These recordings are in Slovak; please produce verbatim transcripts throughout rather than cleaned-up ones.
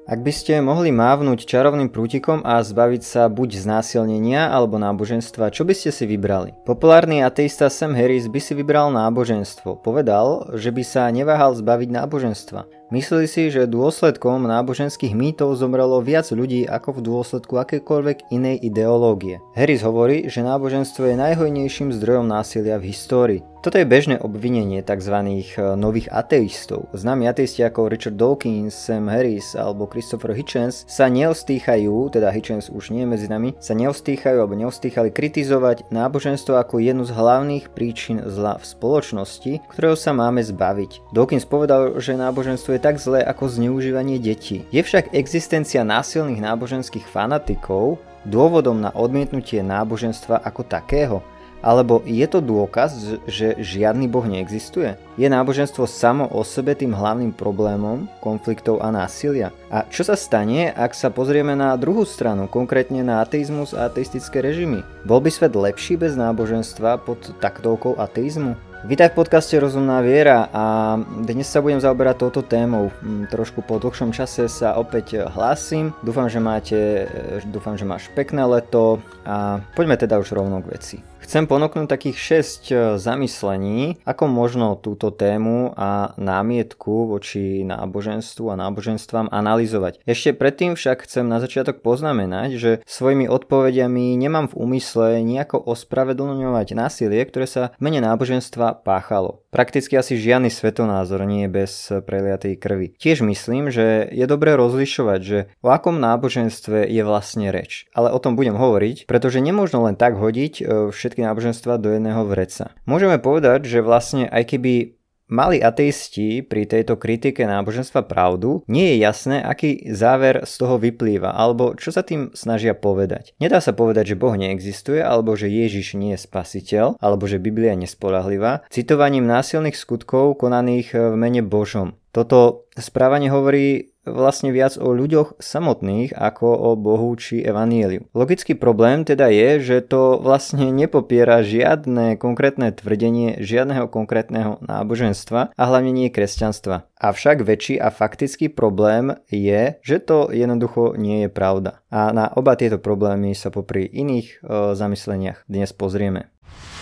Ak by ste mohli mávnuť čarovným prútikom a zbaviť sa buď znásilnenia alebo náboženstva, čo by ste si vybrali? Populárny ateista Sam Harris by si vybral náboženstvo. Povedal, že by sa neváhal zbaviť náboženstva. Myslí si, že dôsledkom náboženských mýtov zomrelo viac ľudí ako v dôsledku akékoľvek inej ideológie. Harris hovorí, že náboženstvo je najhojnejším zdrojom násilia v histórii. Toto je bežné obvinenie tzv. Nových ateistov. Známi ateisti ako Richard Dawkins, Sam Harris alebo Christopher Hitchens sa neostýchajú, teda Hitchens už nie je medzi nami, sa neostýchajú alebo neostýchali kritizovať náboženstvo ako jednu z hlavných príčin zla v spoločnosti, ktorého sa máme zbaviť. Dawkins povedal, že náboženstvo je tak zlé ako zneužívanie detí. Je však existencia násilných náboženských fanatikov dôvodom na odmietnutie náboženstva ako takého? Alebo je to dôkaz, že žiadny boh neexistuje? Je náboženstvo samo o sebe tým hlavným problémom konfliktov a násilia? A čo sa stane, ak sa pozrieme na druhú stranu, konkrétne na ateizmus a ateistické režimy? Bol by svet lepší bez náboženstva pod taktovkou ateizmu? Vítaj v podcaste Rozumná viera a dnes sa budem zaoberať touto témou. Trošku po dlhšom čase sa opäť hlásim. Dúfam, že máte, dúfam, že máš pekné leto a poďme teda už rovno k veci. Chcem ponúknuť takých šesť zamyslení, ako možno túto tému a námietku voči náboženstvu a náboženstvám analyzovať. Ešte predtým však chcem na začiatok poznamenať, že svojimi odpovediami nemám v úmysle nejako ospravedlňovať násilie, ktoré sa v mene náboženstva páchalo. Prakticky asi žiadny svetonázor nie je bez preliatej krvi. Tiež myslím, že je dobré rozlišovať, že o akom náboženstve je vlastne reč. Ale o tom budem hovoriť, pretože nemôžno len tak hodiť všetky náboženstva do jedného vreca. Môžeme povedať, že vlastne aj keby mali ateisti pri tejto kritike náboženstva pravdu, nie je jasné, aký záver z toho vyplýva, alebo čo sa tým snažia povedať. Nedá sa povedať, že Boh neexistuje, alebo že Ježiš nie je spasiteľ, alebo že Biblia je nespoľahlivá, citovaním násilných skutkov konaných v mene Božom. Toto správanie hovorí vlastne viac o ľuďoch samotných ako o Bohu či evanjeliu. Logický problém teda je, že to vlastne nepopiera žiadne konkrétne tvrdenie žiadneho konkrétneho náboženstva a hlavne nie kresťanstva. Avšak väčší a faktický problém je, že to jednoducho nie je pravda. A na oba tieto problémy sa popri iných e, zamysleniach dnes pozrieme.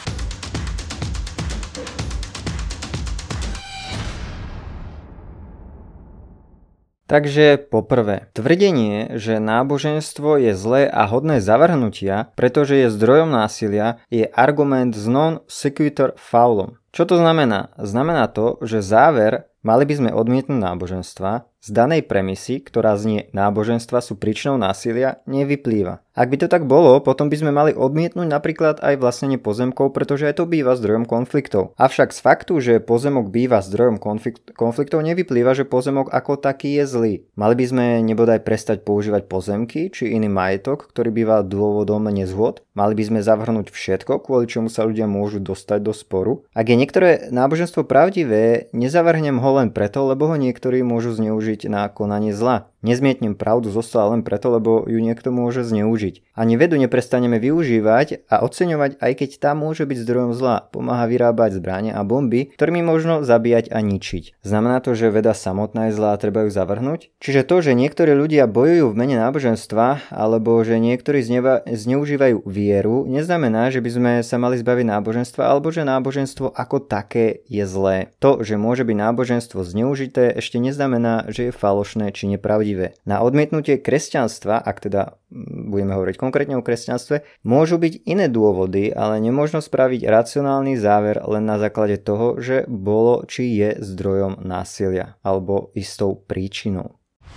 Takže poprvé, tvrdenie, že náboženstvo je zlé a hodné zavrhnutia, pretože je zdrojom násilia, je argument z non sequitur faulum. Čo to znamená? Znamená to, že záver mali by sme odmietnúť náboženstva z danej premisy, ktorá znie náboženstva sú príčinou násilia, nevyplýva. Ak by to tak bolo, potom by sme mali odmietnúť napríklad aj vlastnenie pozemkov, pretože aj to býva zdrojom konfliktov. Avšak z faktu, že pozemok býva zdrojom konflikt- konfliktov, nevyplýva, že pozemok ako taký je zlý. Mali by sme nebodaj prestať používať pozemky či iný majetok, ktorý býva dôvodom nezhôd. Mali by sme zavrhnúť všetko, kvôli čomu sa ľudia môžu dostať do sporu. Ak je niektoré náboženstvo pravdivé, nezavrhnem ho len preto, lebo ho niektorí môžu zneužiť na konanie zla. Nezmietnem pravdu zo stola len preto, lebo ju niekto môže zneužiť. Ani vedu neprestaneme využívať a oceňovať, aj keď tá môže byť zdrojom zla. Pomáha vyrábať zbrane a bomby, ktorými možno zabíjať a ničiť. Znamená to, že veda samotná je zlá a treba ju zavrhnúť? Čiže to, že niektorí ľudia bojujú v mene náboženstva, alebo že niektorí zneva, zneužívajú vieru, neznamená, že by sme sa mali zbaviť náboženstva, alebo že náboženstvo ako také je zlé. To, že môže byť náboženstvo zneužité, ešte neznamená, že je falošné či nepravdivé. Na odmietnutie kresťanstva, ak teda budeme hovoriť konkrétne o kresťanstve, môžu byť iné dôvody, ale nemôžno spraviť racionálny záver len na základe toho, že bolo či je zdrojom násilia alebo istou príčinou.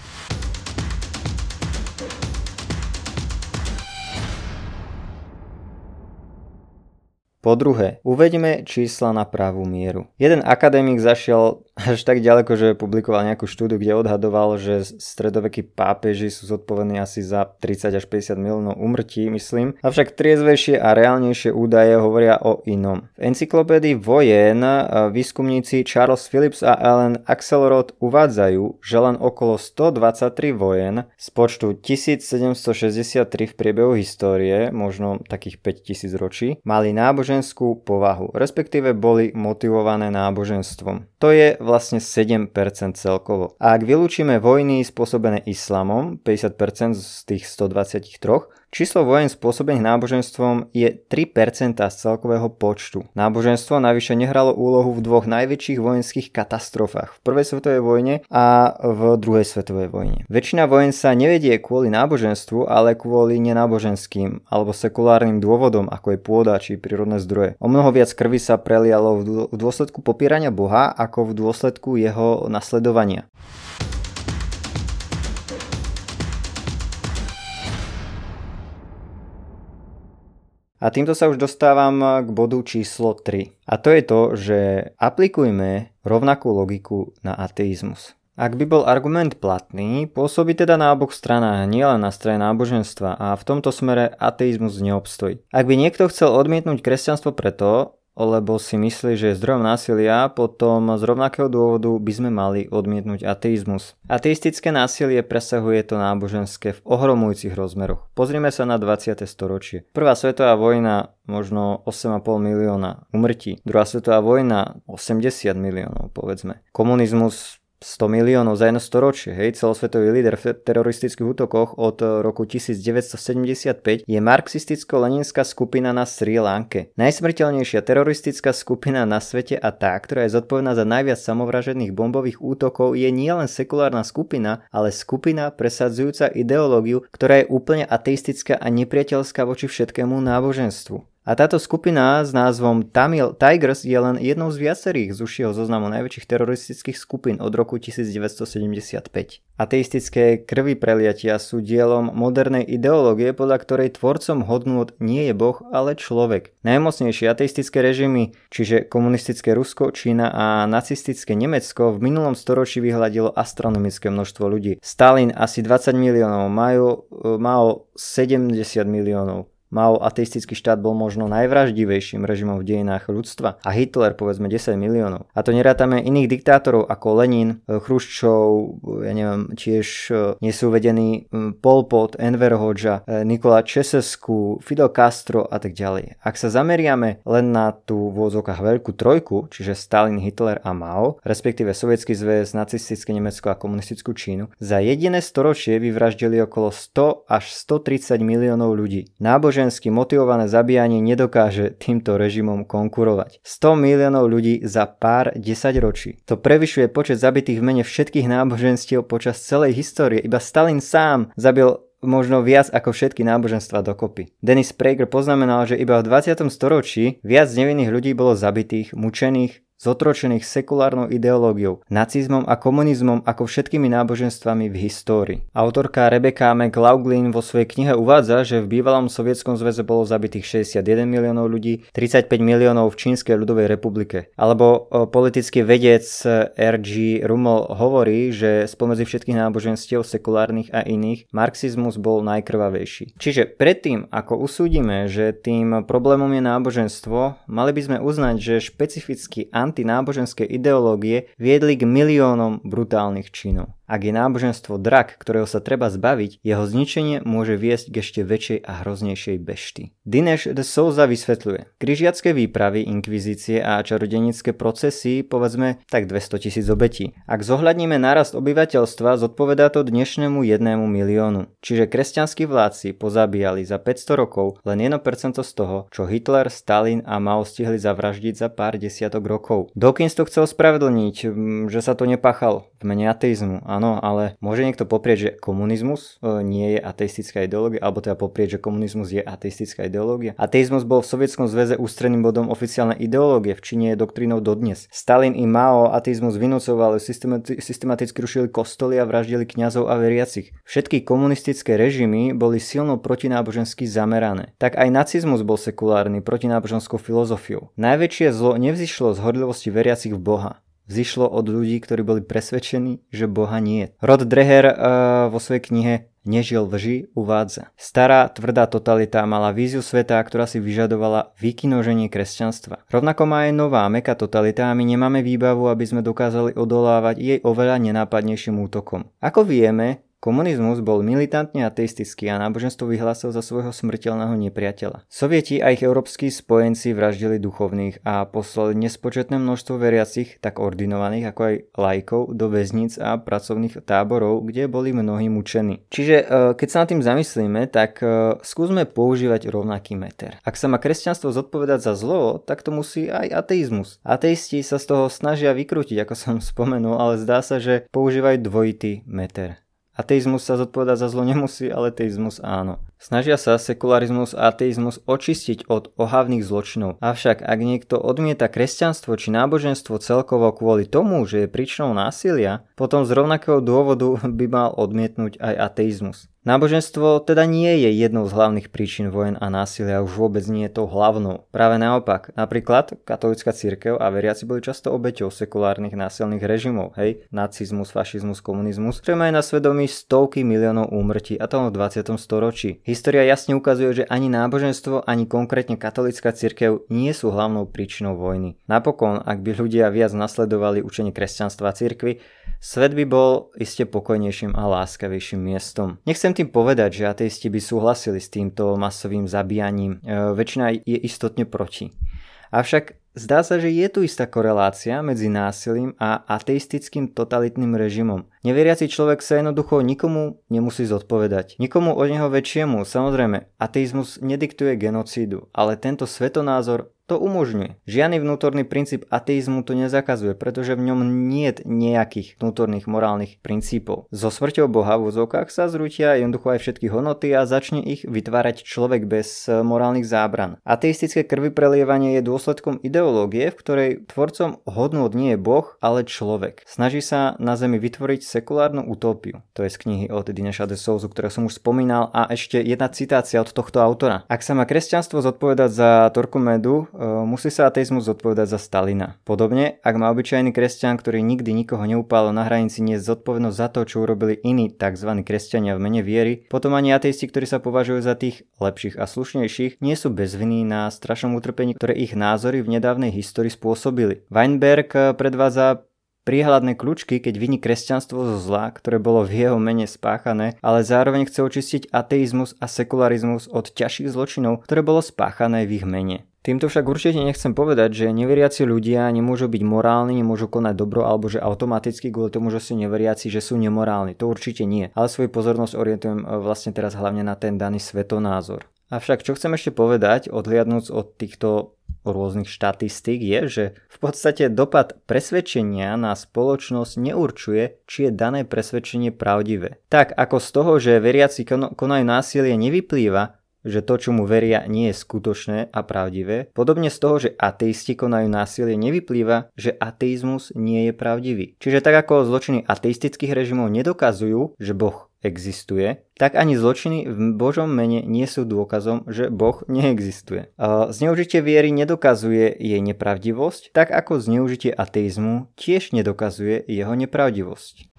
Po druhé, uveďme čísla na pravú mieru. Jeden akadémik zašiel až tak ďaleko, že publikoval nejakú štúdiu, kde odhadoval, že stredovekí pápeži sú zodpovední asi za tridsať až päťdesiat miliónov úmrtí, myslím. Avšak triezvejšie a reálnejšie údaje hovoria o inom. V encyklopédii vojen výskumníci Charles Phillips a Alan Axelrod uvádzajú, že len okolo stodvadsaťtri vojen z počtu tisícsedemstošesťdesiattri v priebehu histórie, možno takých päťtisíc ročí, mali náboženskú povahu, respektíve boli motivované náboženstvom. To je vlastne sedem percent celkovo. A ak vylúčime vojny spôsobené islamom, päťdesiat percent z tých stodvadsaťtri, číslo vojen spôsobených náboženstvom je tri percentá z celkového počtu. Náboženstvo navyše nehralo úlohu v dvoch najväčších vojenských katastrofách, v prvej svetovej vojne a v druhej svetovej vojne. Väčšina vojen sa nevedie kvôli náboženstvu, ale kvôli nenáboženským alebo sekulárnym dôvodom, ako je pôda či prírodné zdroje. O mnoho viac krvi sa prelialo v dôsledku popierania Boha ako v dôsledku jeho nasledovania. A týmto sa už dostávam k bodu číslo tri. A to je to, že aplikujme rovnakú logiku na ateizmus. Ak by bol argument platný, pôsobí teda na oboch stranách, nielen na strane náboženstva, a v tomto smere ateizmus neobstojí. Ak by niekto chcel odmietnúť kresťanstvo preto, lebo si myslí, že je zdrojom násilia, potom z rovnakého dôvodu by sme mali odmietnúť ateizmus. Ateistické násilie presahuje to náboženské v ohromujúcich rozmeroch. Pozrime sa na dvadsiate storočie. Prvá svetová vojna možno osem a pol milióna úmrtí. Druhá svetová vojna osemdesiat miliónov, povedzme. Komunizmus sto miliónov za jedno storočie, hej, celosvetový líder v teroristických útokoch od roku devätnásťsedemdesiatpäť je marxisticko-leninská skupina na Srí Lanke. Najsmrteľnejšia teroristická skupina na svete a tá, ktorá je zodpovedná za najviac samovražedných bombových útokov, je nielen sekulárna skupina, ale skupina presadzujúca ideológiu, ktorá je úplne ateistická a nepriateľská voči všetkému náboženstvu. A táto skupina s názvom Tamil Tigers je len jednou z viacerých z užšieho zoznamu najväčších teroristických skupín od roku devätnásťsedemdesiatpäť. Ateistické krvi preliatia sú dielom modernej ideológie, podľa ktorej tvorcom hodnôt nie je Boh, ale človek. Najmocnejšie ateistické režimy, čiže komunistické Rusko, Čína a nacistické Nemecko, v minulom storočí vyhľadilo astronomické množstvo ľudí. Stalin asi dvadsať miliónov, Mao, Mao sedemdesiat miliónov. Mao ateistický štát bol možno najvraždivejším režimom v dejinách ľudstva a Hitler povedzme desať miliónov. A to nerátame iných diktátorov ako Lenin, Chruščov, ja neviem, tiež nie sú uvedení Pol Pot, Enver Hoxha, Nikola Česesku, Fidel Castro a tak ďalej. Ak sa zameriame len na tú v úvodzovkách veľkú trojku, čiže Stalin, Hitler a Mao, respektíve Sovietsky zväz, nacistické Nemecko a komunistickú Čínu, za jediné storočie vyvraždili okolo sto až stotridsať miliónov ľudí. Náboženstvo motivované zabíjanie nedokáže týmto režimom konkurovať. sto miliónov ľudí za pár desaťročí. To prevyšuje počet zabitých v mene všetkých náboženstiev počas celej histórie. Iba Stalin sám zabil možno viac ako všetky náboženstva dokopy. Dennis Prager poznamenal, že iba v dvadsiatom storočí viac nevinných ľudí bolo zabitých, mučených, zotročených sekulárnou ideológiou, nacizmom a komunizmom ako všetkými náboženstvami v histórii. Autorka Rebecca McLaughlin vo svojej knihe uvádza, že v bývalom Sovietskom zväze bolo zabitých šesťdesiatjeden miliónov ľudí, tridsaťpäť miliónov v Čínskej ľudovej republike. Alebo politický vedec er gé Rummel hovorí, že spomedzi všetkých náboženstiev sekulárnych a iných marxizmus bol najkrvavejší. Čiže predtým, ako usúdime, že tým problémom je náboženstvo, mali by sme uznať, že špecificky antináboženské ideológie viedli k miliónom brutálnych činov. Ak je náboženstvo drak, ktorého sa treba zbaviť, jeho zničenie môže viesť k ešte väčšej a hroznejšej bešty. Dinesh de Souza vysvetľuje. Križiacké výpravy, inkvizície a čarodejnícke procesy, povedzme tak dvestotisíc obetí. Ak zohľadníme nárast obyvateľstva, zodpovedá to dnešnému jednému miliónu. Čiže kresťanskí vládci pozabíjali za päťsto rokov len jedno percento z toho, čo Hitler, Stalin a Mao stihli zavraždiť za pár desiatok rokov. Dawkins to chcel spravedlniť, že sa to nepáchalo v mene ateizmu. Áno, ale môže niekto poprieť, že komunizmus e, nie je ateistická ideológia, alebo teda poprieť, že komunizmus je ateistická ideológia. Ateizmus bol v Sovietskom zväze ústredným bodom oficiálnej ideológie, v Číne je doktrínou dodnes. Stalin i Mao ateizmus vynúcovali, systemati- systematicky rušili kostoly a vraždili kňazov a veriacich. Všetky komunistické režimy boli silno protinábožensky zamerané. Tak aj nacizmus bol sekulárny, protináboženskou filozofiou. Najväčšie zlo nevzýšlo z horlivosti veriacich v Boha. Vzýšlo od ľudí, ktorí boli presvedčení, že Boha nie je. Rod Dreher uh, vo svojej knihe Nežil v lži uvádza. Stará tvrdá totalita mala víziu sveta, ktorá si vyžadovala vykinoženie kresťanstva. Rovnako má aj nová mäkká totalita a my nemáme výbavu, aby sme dokázali odolávať jej oveľa nenápadnejším útokom. Ako vieme, Komunizmus bol militantne ateistický a náboženstvo vyhlásil za svojho smrteľného nepriateľa. Sovieti a ich európski spojenci vraždili duchovných a poslali nespočetné množstvo veriacich, tak ordinovaných ako aj laikov, do väzníc a pracovných táborov, kde boli mnohí mučení. Čiže keď sa nad tým zamyslíme, tak skúsme používať rovnaký meter. Ak sa má kresťanstvo zodpovedať za zlo, tak to musí aj ateizmus. Ateisti sa z toho snažia vykrútiť, ako som spomenul, ale zdá sa, že používajú dvojitý meter. Ateizmus sa zodpovedať za zlo nemusí, ale teizmus áno. Snažia sa sekularizmus a ateizmus očistiť od ohavných zločinov. Avšak ak niekto odmieta kresťanstvo či náboženstvo celkovo kvôli tomu, že je príčinou násilia, potom z rovnakého dôvodu by mal odmietnúť aj ateizmus. Náboženstvo teda nie je jednou z hlavných príčin vojen a násilia, už vôbec nie je tou hlavnou. Práve naopak, napríklad katolícka cirkev a veriaci boli často obeťou sekulárnych násilných režimov, hej, nacizmus, fašizmus, komunizmus, ktoré majú na svedomí stovky miliónov úmrtí, a to v dvadsiatom storočí. História jasne ukazuje, že ani náboženstvo, ani konkrétne katolícka cirkev nie sú hlavnou príčinou vojny. Napokon, ak by ľudia viac nasledovali učenie kresťanstva a cirkvi, svet by bol iste pokojnejším a láskavejším miestom. Nechcem tým povedať, že ateisti by súhlasili s týmto masovým zabíjaním. E, väčšina je istotne proti. Avšak zdá sa, že je tu istá korelácia medzi násilím a ateistickým totalitným režimom. Neveriaci človek sa jednoducho nikomu nemusí zodpovedať. Nikomu od neho väčšiemu. Samozrejme, ateizmus nediktuje genocídu, ale tento svetonázor to umožňuje. Žiadny vnútorný princíp ateizmu to nezakazuje, pretože v ňom nie je nejakých vnútorných morálnych princípov. So smrťou Boha v úzovkách sa zrútia jednoducho aj všetky hodnoty a začne ich vytvárať človek bez morálnych zábran. Ateistické krviprelievanie je dôsledkom ideológie, v ktorej tvorcom hodnôt nie je Boh, ale človek. Snaží sa na Zemi vytvoriť sekulárnu utópiu. To je z knihy od Dinesha de Souzu, ktoré som už spomínal, a ešte jedna citácia od tohto autora. Ak sa má kresťanstvo zodpovedať za Torquemedu, musí sa ateizmus zodpovedať za Stalina. Podobne, ak má obyčajný kresťan, ktorý nikdy nikoho neupálil na hranici, niesť zodpovednosť za to, čo urobili iní tzv. Kresťania v mene viery, potom ani ateisti, ktorí sa považujú za tých lepších a slušnejších, nie sú bez viny na strašnom utrpení, ktoré ich názory v nedávnej histórii spôsobili. Weinberg predvádza priehľadné kľúčky, keď viní kresťanstvo zo zla, ktoré bolo v jeho mene spáchané, ale zároveň chce očistiť ateizmus a sekularizmus od ťažších zločinov, ktoré bolo spáchané v ich mene. Týmto však určite nechcem povedať, že neveriaci ľudia nemôžu byť morálni, nemôžu konať dobro, alebo že automaticky kvôli tomu, že sú neveriaci, že sú nemorálni. To určite nie. Ale svoju pozornosť orientujem vlastne teraz hlavne na ten daný svetonázor. Avšak čo chcem ešte povedať, odhliadnúc od týchto rôznych štatistík, je, že v podstate dopad presvedčenia na spoločnosť neurčuje, či je dané presvedčenie pravdivé. Tak ako z toho, že veriaci konajú násilie, nevyplýva, že to, čo mu veria, nie je skutočné a pravdivé, podobne z toho, že ateisti konajú násilie, nevyplýva, že ateizmus nie je pravdivý. Čiže tak ako zločiny ateistických režimov nedokazujú, že Boh existuje, tak ani zločiny v Božom mene nie sú dôkazom, že Boh neexistuje. Zneužitie viery nedokazuje jej nepravdivosť, tak ako zneužitie ateizmu tiež nedokazuje jeho nepravdivosť.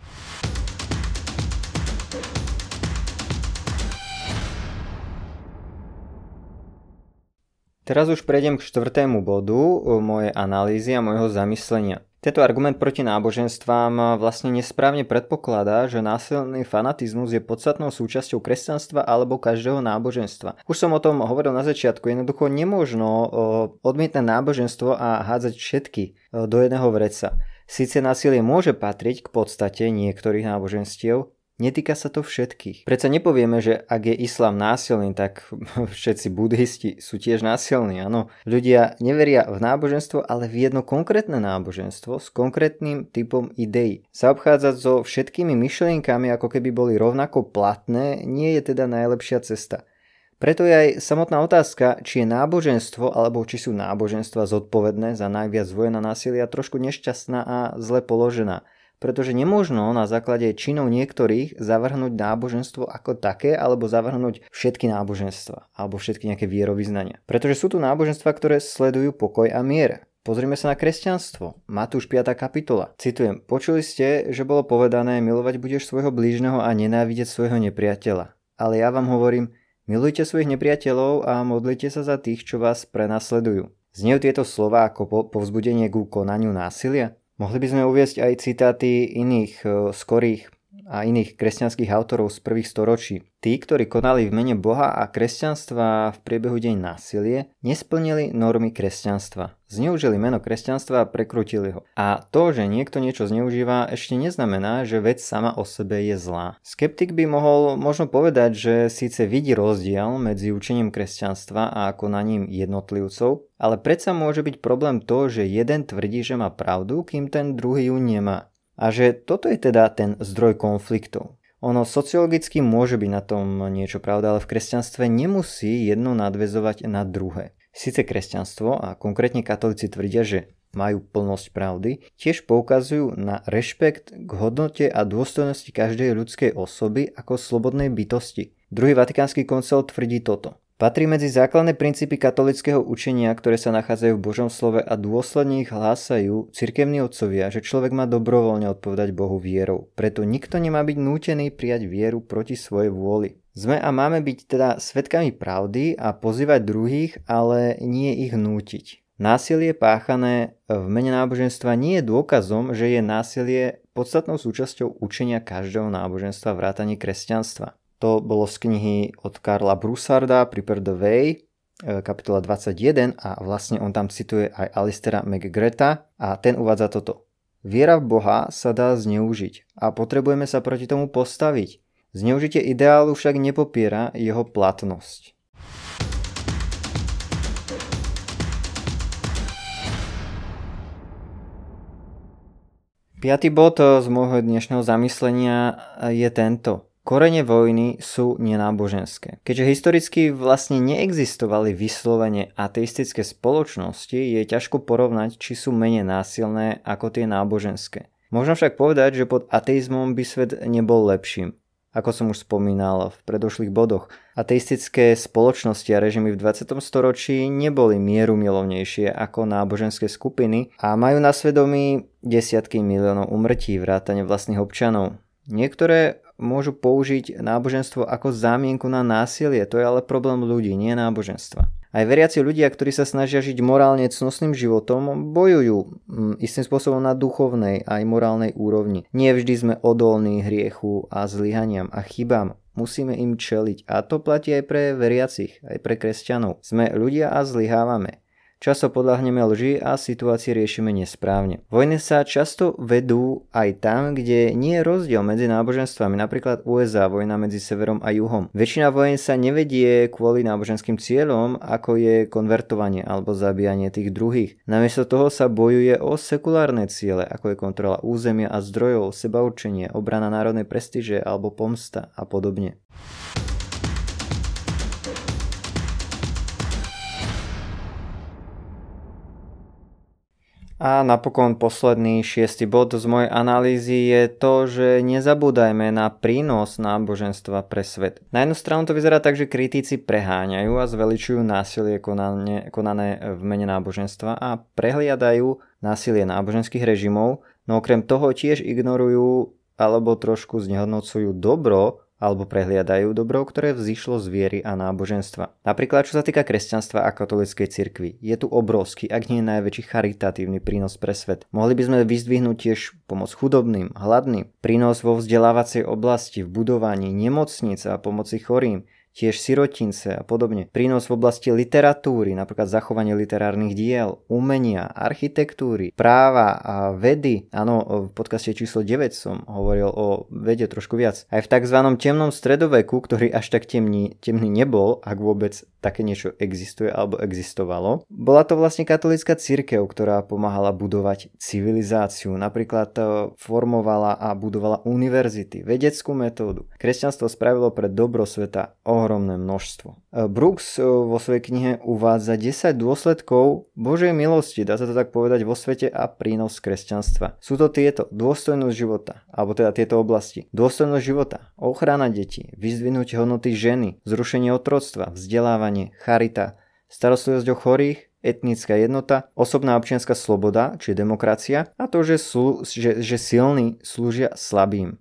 Teraz už prejdem k štvrtému bodu mojej analýzy a môjho zamyslenia. Tento argument proti náboženstvám vlastne nesprávne predpokladá, že násilný fanatizmus je podstatnou súčasťou kresťanstva alebo každého náboženstva. Už som o tom hovoril na začiatku, jednoducho nemožno odmietať náboženstvo a hádzať všetky do jedného vreca. Síce násilie môže patriť k podstate niektorých náboženstiev, netýka sa to všetkých. Predsa nepovieme, že ak je islám násilný, tak všetci budhisti sú tiež násilní. Áno, ľudia neveria v náboženstvo, ale v jedno konkrétne náboženstvo s konkrétnym typom ideí. Zaobchádzať so všetkými myšlienkami, ako keby boli rovnako platné, nie je teda najlepšia cesta. Preto je aj samotná otázka, či je náboženstvo alebo či sú náboženstva zodpovedné za najviac vojen a násilia trošku nešťastná a zle položená. Pretože nemožno na základe činov niektorých zavrhnúť náboženstvo ako také alebo zavrhnúť všetky náboženstva alebo všetky nejaké vierovyznania. Pretože sú tu náboženstva, ktoré sledujú pokoj a mier. Pozrime sa na kresťanstvo. Matúš piata kapitola. Citujem: Počuli ste, že bolo povedané, milovať budeš svojho blížneho a nenávidieť svojho nepriateľa. Ale ja vám hovorím, milujte svojich nepriateľov a modlite sa za tých, čo vás prenasledujú. Zniejú tieto slová ako povzbudenie ku konaniu násilia? Mohli by sme uviesť aj citáty iných skorých a iných kresťanských autorov z prvých storočí. Tí, ktorí konali v mene Boha a kresťanstva v priebehu deň násilie, nesplnili normy kresťanstva. Zneužili meno kresťanstva a prekrutili ho. A to, že niekto niečo zneužíva, ešte neznamená, že vec sama o sebe je zlá. Skeptik by mohol možno povedať, že síce vidí rozdiel medzi učením kresťanstva a konaním jednotlivcov, ale predsa môže byť problém to, že jeden tvrdí, že má pravdu, kým ten druhý ju nemá. A že toto je teda ten zdroj konfliktov. Ono sociologicky môže byť na tom niečo pravda, ale v kresťanstve nemusí jedno nadväzovať na druhé. Sice kresťanstvo a konkrétne katolíci tvrdia, že majú plnosť pravdy, tiež poukazujú na rešpekt k hodnote a dôstojnosti každej ľudskej osoby ako slobodnej bytosti. Druhý vatikánsky koncil tvrdí toto. Patrí medzi základné princípy katolického učenia, ktoré sa nachádzajú v Božom slove a dôsledne ich hlásajú cirkevní otcovia, že človek má dobrovoľne odpovedať Bohu vierou. Preto nikto nemá byť nútený prijať vieru proti svojej vôli. Sme a máme byť teda svedkami pravdy a pozývať druhých, ale nie ich nútiť. Násilie páchané v mene náboženstva nie je dôkazom, že je násilie podstatnou súčasťou učenia každého náboženstva vrátane kresťanstva. To bolo z knihy od Karla Broussarda Prepare the Way, kapitola dvadsaťjeden a vlastne on tam cituje aj Alistera McGretha a ten uvádza toto. Viera v Boha sa dá zneužiť a potrebujeme sa proti tomu postaviť. Zneužitie ideálu však nepopiera jeho platnosť. Piatý bod z môjho dnešného zamyslenia je tento. Korene vojny sú nenáboženské. Keďže historicky vlastne neexistovali vyslovene ateistické spoločnosti, je ťažko porovnať, či sú menej násilné ako tie náboženské. Možno však povedať, že pod ateizmom by svet nebol lepším. Ako som už spomínal v predošlých bodoch, ateistické spoločnosti a režimy v dvadsiatom storočí neboli mierumilovnejšie ako náboženské skupiny a majú na svedomí desiatky miliónov úmrtí vrátane vlastných občanov. Niektoré môžu použiť náboženstvo ako zámienku na násilie, to je ale problém ľudí, nie náboženstva. Aj veriaci ľudia, ktorí sa snažia žiť morálne cnostným životom, bojujú istým spôsobom na duchovnej aj morálnej úrovni. Nie vždy sme odolní hriechu a zlyhaniam a chybám. Musíme im čeliť a to platí aj pre veriacich, aj pre kresťanov. Sme ľudia a zlyhávame. Často podľahneme lži a situácie riešime nesprávne. Vojny sa často vedú aj tam, kde nie je rozdiel medzi náboženstvami, napríklad ú es á, vojna medzi severom a juhom. Väčšina vojen sa nevedie kvôli náboženským cieľom, ako je konvertovanie alebo zabíjanie tých druhých. Namiesto toho sa bojuje o sekulárne ciele, ako je kontrola územia a zdrojov, sebaurčenie, obrana národnej prestíže alebo pomsta a podobne. A napokon posledný šiestý bod z mojej analýzy je to, že nezabúdajme na prínos náboženstva pre svet. Na jednu stranu to vyzerá tak, že kritici preháňajú a zveličujú násilie konané, konané v mene náboženstva a prehliadajú násilie náboženských režimov, no okrem toho tiež ignorujú alebo trošku znehodnocujú dobro alebo prehliadajú dobro, ktoré vzišlo z viery a náboženstva. Napríklad, čo sa týka kresťanstva a katolíckej cirkvi, je tu obrovský, ak nie najväčší charitatívny prínos pre svet. Mohli by sme vyzdvihnúť tiež pomoc chudobným, hladným, prínos vo vzdelávacej oblasti, v budovaní nemocníc a pomoci chorým, tiež sirotince a podobne. Prínos v oblasti literatúry, napríklad zachovanie literárnych diel, umenia, architektúry, práva a vedy. Áno, v podcaste číslo deväť som hovoril o vede trošku viac. Aj v tzv. Temnom stredoveku, ktorý až tak temný, temný nebol, ak vôbec také niečo existuje alebo existovalo, bola to vlastne katolícka cirkev, ktorá pomáhala budovať civilizáciu. Napríklad formovala a budovala univerzity, vedeckú metódu. Kresťanstvo spravilo pre dobro sveta ohromné množstvo. Brooks vo svojej knihe uvádza desať dôsledkov Božej milosti, dá sa to tak povedať, vo svete a prínos kresťanstva. Sú to tieto: dôstojnosť života, alebo teda tieto oblasti. Dôstojnosť života, ochrana detí, vyzdvihnutie hodnoty ženy, zrušenie otroctva, vzdelávanie, charita, starostlivosť o chorých, etnická jednota, osobná občianska sloboda, či demokracia, a to, že, sú, že, že silní slúžia slabým.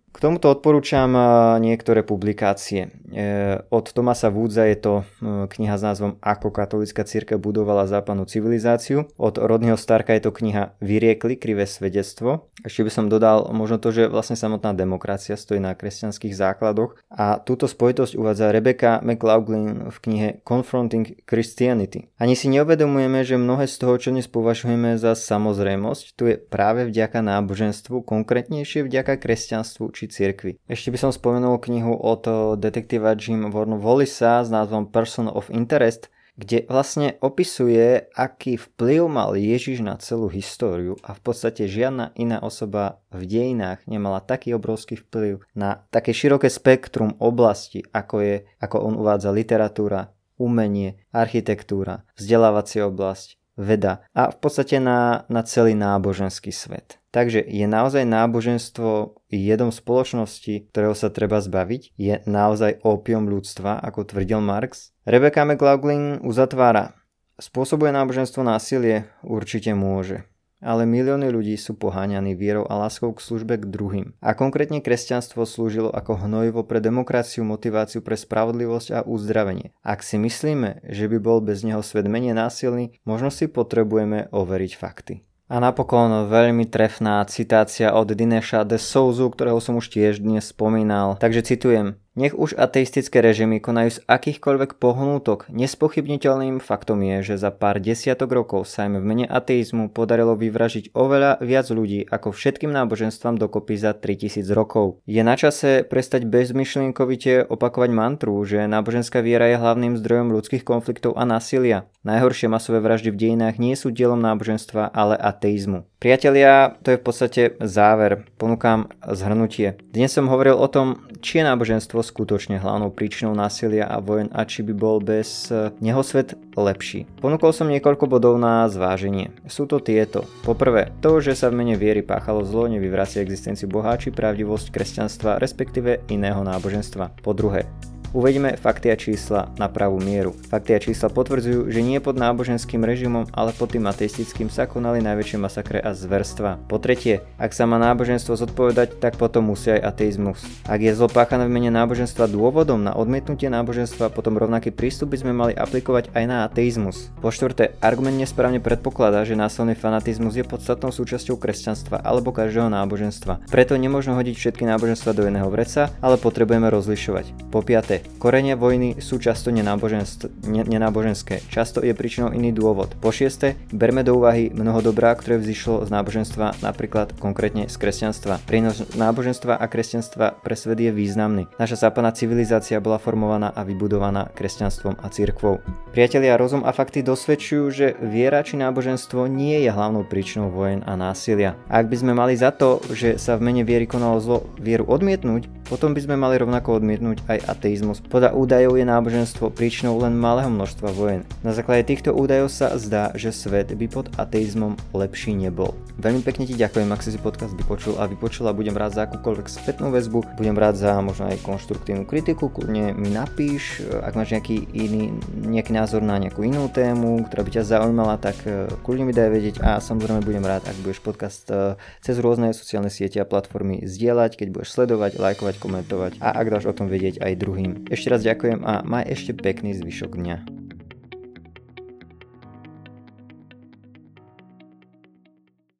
K tomuto odporúčam niektoré publikácie. Od Thomasa Woodsa je to kniha s názvom Ako katolícka cirkev budovala západnú civilizáciu. Od Rodneyho Starka je to kniha Vyriekli, krivé svedectvo. Ešte by som dodal možno to, že vlastne samotná demokracia stojí na kresťanských základoch. A túto spojitosť uvádza Rebecca McLaughlin v knihe Confronting Christianity. Ani si neuvedomujeme, že mnohé z toho, čo dnes považujeme za samozrejmosť, tu je práve vďaka náboženstvu, konkrétnejšie vďaka kresťanstvu či cirkvi. Ešte by som spomenul knihu od detektíva Jim Wallisa s názvom Person of Interest, kde vlastne opisuje, aký vplyv mal Ježiš na celú históriu a v podstate žiadna iná osoba v dejinách nemala taký obrovský vplyv na také široké spektrum oblasti, ako je, ako on uvádza, literatúra, umenie, architektúra, vzdelávacia oblasť, veda a v podstate na, na celý náboženský svet. Takže je naozaj náboženstvo jedom spoločnosti, ktorého sa treba zbaviť? Je naozaj ópium ľudstva, ako tvrdil Marx? Rebecca McLaughlin uzatvára. Spôsobuje náboženstvo násilie? Určite môže. Ale milióny ľudí sú poháňaní vierou a láskou k službe k druhým. A konkrétne kresťanstvo slúžilo ako hnojivo pre demokraciu, motiváciu pre spravodlivosť a uzdravenie. Ak si myslíme, že by bol bez neho svet menej násilný, možno si potrebujeme overiť fakty. A napokon veľmi trefná citácia od Dinesha de Souzu, ktorého som už tiež dnes spomínal. Takže citujem. Nech už ateistické režimy konajú z akýchkoľvek pohnútok, nespochybniteľným faktom je, že za pár desiatok rokov sa im v mene ateizmu podarilo vyvražiť oveľa viac ľudí ako všetkým náboženstvám dokopy za tritisíc rokov. Je na čase prestať bezmyšlienkovite opakovať mantru, že náboženská viera je hlavným zdrojom ľudských konfliktov a násilia. Najhoršie masové vraždy v dejinách nie sú dielom náboženstva, ale ateizmu. Priatelia, to je v podstate záver. Ponúkam zhrnutie. Dnes som hovoril o tom, či je náboženstvo skutočne hlavnou príčinou násilia a vojen a či by bol bez neho svet lepší. Ponúkol som niekoľko bodov na zváženie. Sú to tieto. Poprvé, to, že sa v mene viery páchalo zlo, nevyvracia existenciu Boha či pravdivosť kresťanstva, respektíve iného náboženstva. Po druhé, uvedíme fakty a čísla na pravú mieru. Fakty a čísla potvrdzujú, že nie pod náboženským režimom, ale pod tým ateistickým sa konali najväčšie masakre a zverstva. Po tretie, ak sa má náboženstvo zodpovedať, tak potom musí aj ateizmus. Ak je zlo páchané v mene náboženstva dôvodom na odmietnutie náboženstva, potom rovnaký prístup by sme mali aplikovať aj na ateizmus. Po štvrté, argument nesprávne predpokladá, že násilný fanatizmus je podstatnou súčasťou kresťanstva alebo každého náboženstva. Preto nemožno hodiť všetky náboženstva do jedného vreca, ale potrebujeme rozlišovať. Po piate, korene vojny sú často nenáboženské, často je príčinou iný dôvod. Po šieste, berme do úvahy mnoho dobrá, ktoré vzýšlo z náboženstva, napríklad konkrétne z kresťanstva. Prínos náboženstva a kresťanstva pre svet je významný. Naša západná civilizácia bola formovaná a vybudovaná kresťanstvom a cirkvou. Priatelia, rozum a fakty dosvedčujú, že viera či náboženstvo nie je hlavnou príčinou vojen a násilia. A ak by sme mali za to, že sa v mene viery konalo zlo, vieru odmietnúť, potom by sme mali rovnako odmietnúť aj ateizmus. Podľa údajov je náboženstvo príčinou len malého množstva vojen. Na základe týchto údajov sa zdá, že svet by pod ateizmom lepší nebol. Veľmi pekne ti ďakujem, ak si si podcast vypočul a vypočula, budem rád za akúkoľvek spätnú väzbu, budem rád za možno aj konštruktívnu kritiku, kľudne mi napíš, ak máš nejaký iný, nejaký názor na nejakú inú tému, ktorá by ťa zaujímala, tak kľudne mi daj vedieť a samozrejme budem rád, ak budeš podcast cez rôzne sociálne siete a platformy zdieľať, keď budeš sledovať, lajkovať, komentovať a ak dáš o tom vedieť aj druhým. Ešte raz ďakujem a maj ešte pekný zvyšok dňa.